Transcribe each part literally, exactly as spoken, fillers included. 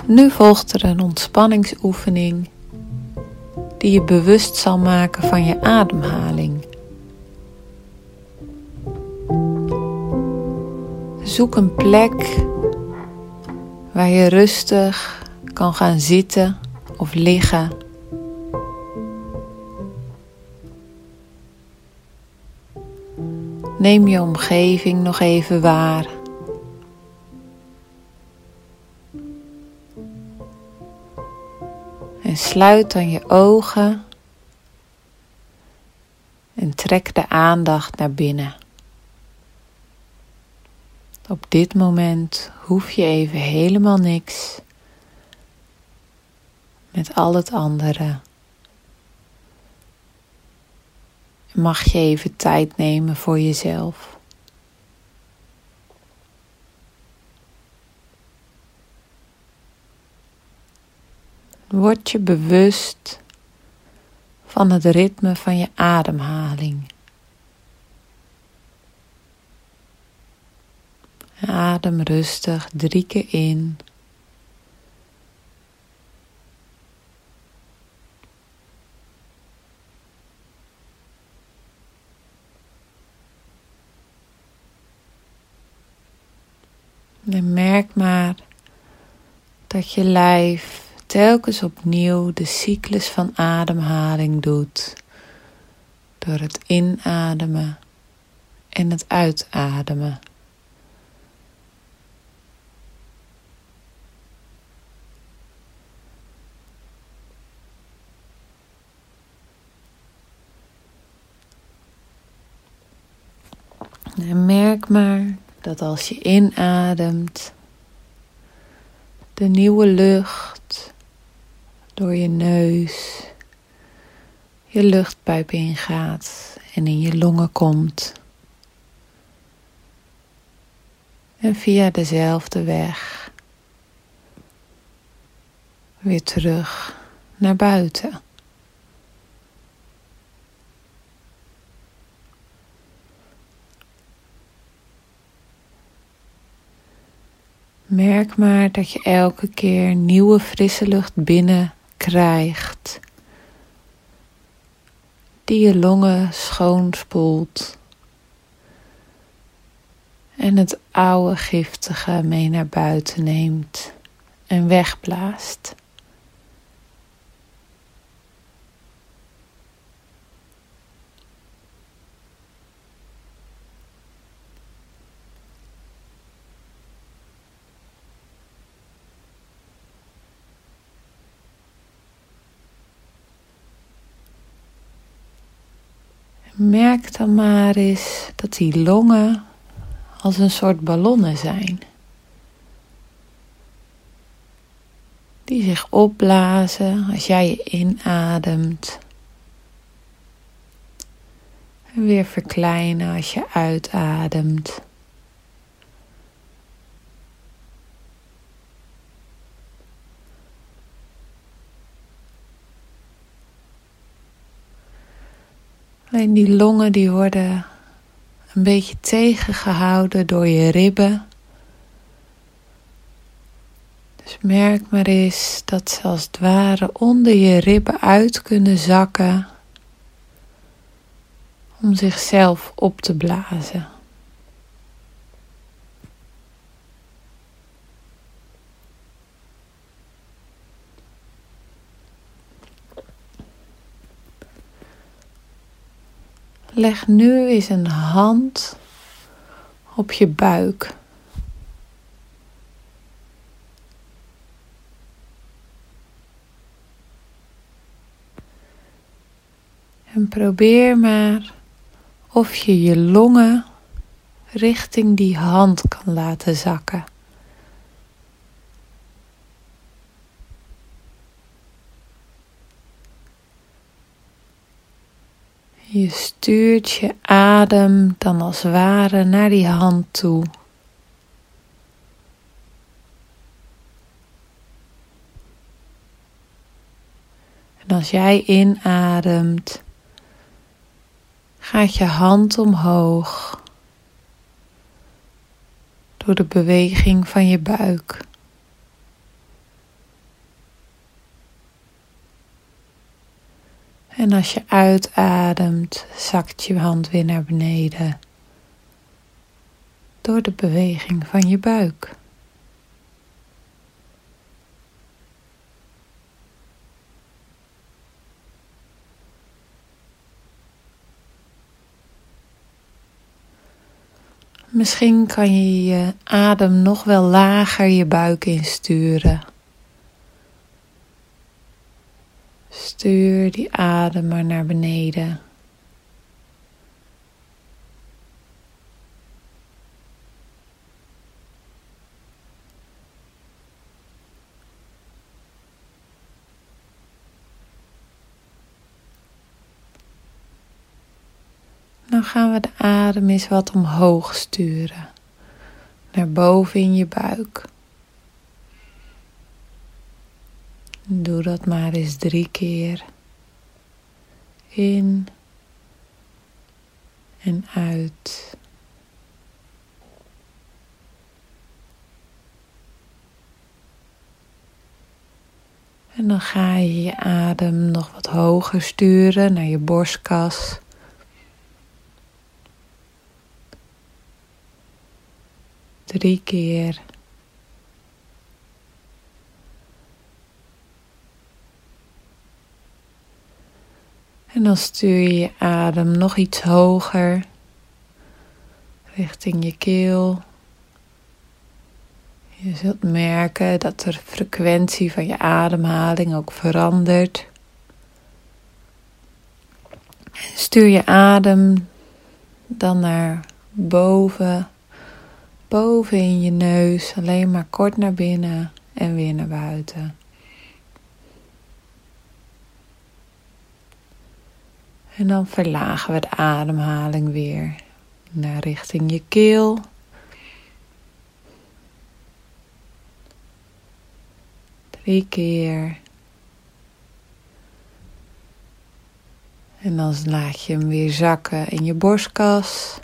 Nu volgt er een ontspanningsoefening die je bewust zal maken van je ademhaling. Zoek een plek waar je rustig kan gaan zitten of liggen. Neem je omgeving nog even waar. En sluit dan je ogen en trek de aandacht naar binnen. Op dit moment hoef je even helemaal niks met al het andere. Mag je even tijd nemen voor jezelf. Word je bewust van het ritme van je ademhaling. Adem rustig drie keer in. En merk maar dat je lijf telkens opnieuw de cyclus van ademhaling doet. Door het inademen en het uitademen. En merk maar dat als je inademt, de nieuwe lucht door je neus je luchtpijp ingaat en in je longen komt. En via dezelfde weg weer terug naar buiten. Merk maar dat je elke keer nieuwe frisse lucht binnen krijgt, die je longen schoonspoelt en het oude giftige mee naar buiten neemt en wegblaast. Merk dan maar eens dat die longen als een soort ballonnen zijn. Die zich opblazen als jij je inademt. En weer verkleinen als je uitademt. Alleen die longen die worden een beetje tegengehouden door je ribben. Dus merk maar eens dat ze als het ware onder je ribben uit kunnen zakken om zichzelf op te blazen. Leg nu eens een hand op je buik. En probeer maar of je je longen richting die hand kan laten zakken. Je stuurt je adem dan als het ware naar die hand toe. En als jij inademt, gaat je hand omhoog door de beweging van je buik. En als je uitademt, zakt je hand weer naar beneden door de beweging van je buik. Misschien kan je je adem nog wel lager je buik insturen. Stuur die adem maar naar beneden. Dan gaan we de adem eens wat omhoog sturen. Naar boven in je buik. Doe dat maar eens drie keer. In en uit. En dan ga je je adem nog wat hoger sturen naar je borstkas. Drie keer. En dan stuur je je adem nog iets hoger richting je keel. Je zult merken dat de frequentie van je ademhaling ook verandert. Stuur je adem dan naar boven, boven in je neus, alleen maar kort naar binnen en weer naar buiten. En dan verlagen we de ademhaling weer naar richting je keel. Drie keer. En dan laat je hem weer zakken in je borstkas.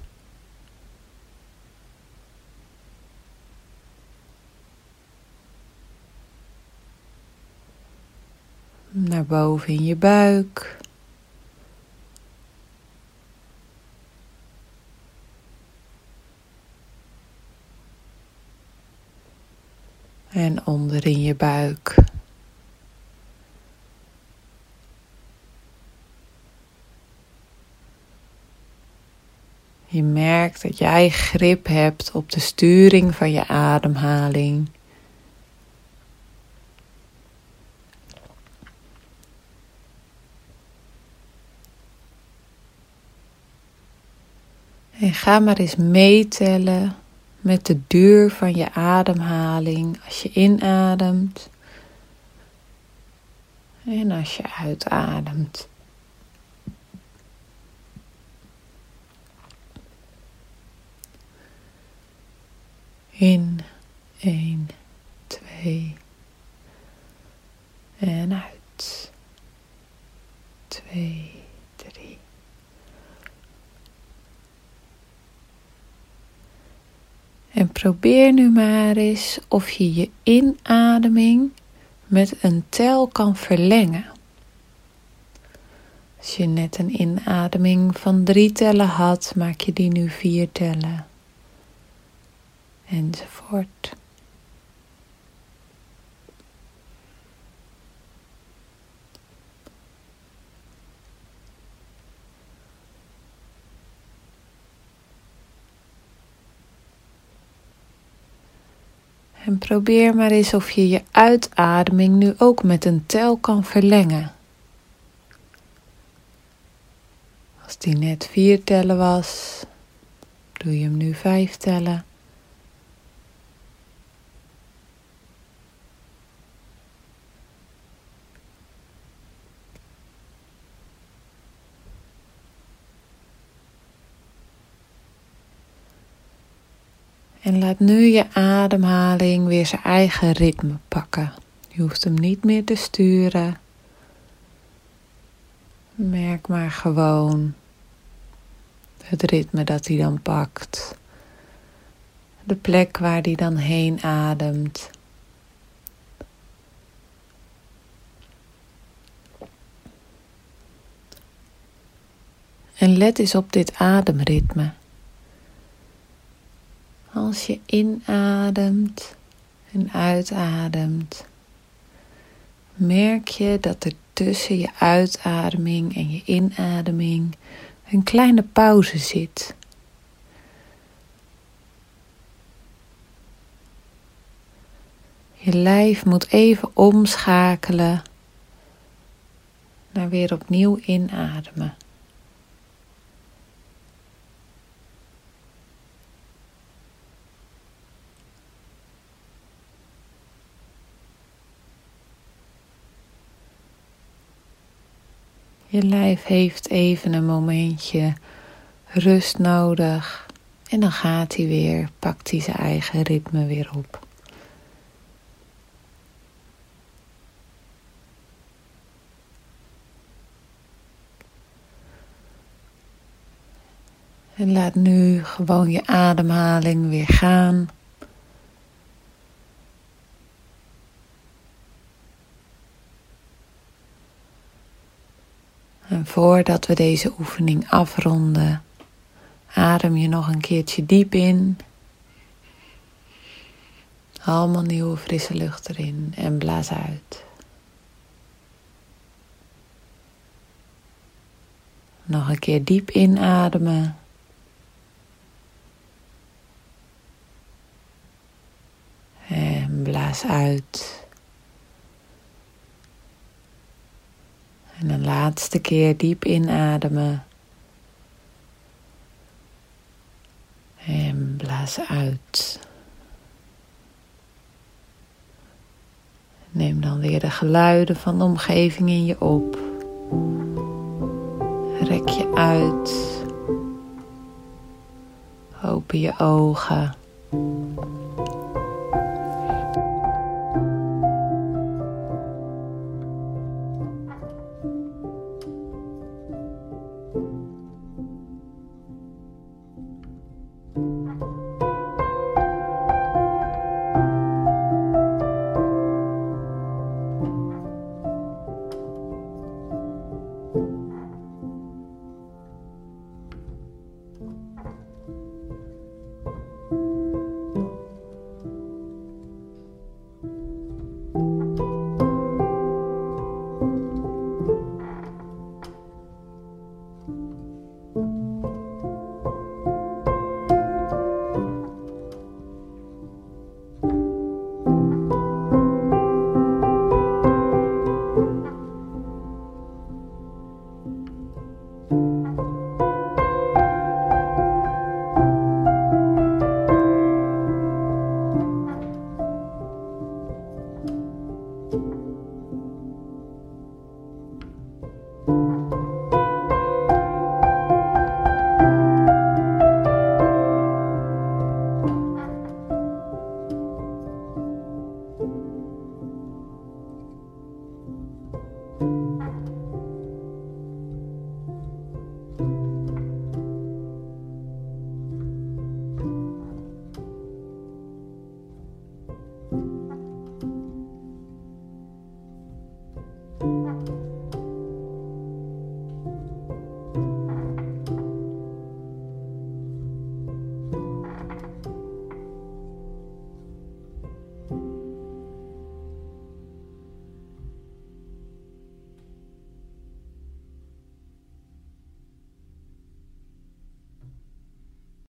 Naar boven in je buik. En onder in je buik. Je merkt dat jij grip hebt op de sturing van je ademhaling. En ga maar eens meetellen met de duur van je ademhaling als je inademt en als je uitademt. In, één, twee en uit. Twee, drie. En probeer nu maar eens of je je inademing met een tel kan verlengen. Als je net een inademing van drie tellen had, maak je die nu vier tellen. Enzovoort. En probeer maar eens of je je uitademing nu ook met een tel kan verlengen. Als die net vier tellen was, doe je hem nu vijf tellen. En laat nu je ademhaling weer zijn eigen ritme pakken. Je hoeft hem niet meer te sturen. Merk maar gewoon het ritme dat hij dan pakt. De plek waar hij dan heen ademt. En let eens op dit ademritme. Als je inademt en uitademt, merk je dat er tussen je uitademing en je inademing een kleine pauze zit. Je lijf moet even omschakelen naar weer opnieuw inademen. Je lijf heeft even een momentje rust nodig en dan gaat hij weer, pakt hij zijn eigen ritme weer op. En laat nu gewoon je ademhaling weer gaan. En voordat we deze oefening afronden, adem je nog een keertje diep in. Allemaal nieuwe frisse lucht erin en blaas uit. Nog een keer diep inademen. En blaas uit. En een laatste keer diep inademen. En blaas uit. Neem dan weer de geluiden van de omgeving in je op. Rek je uit. Open je ogen.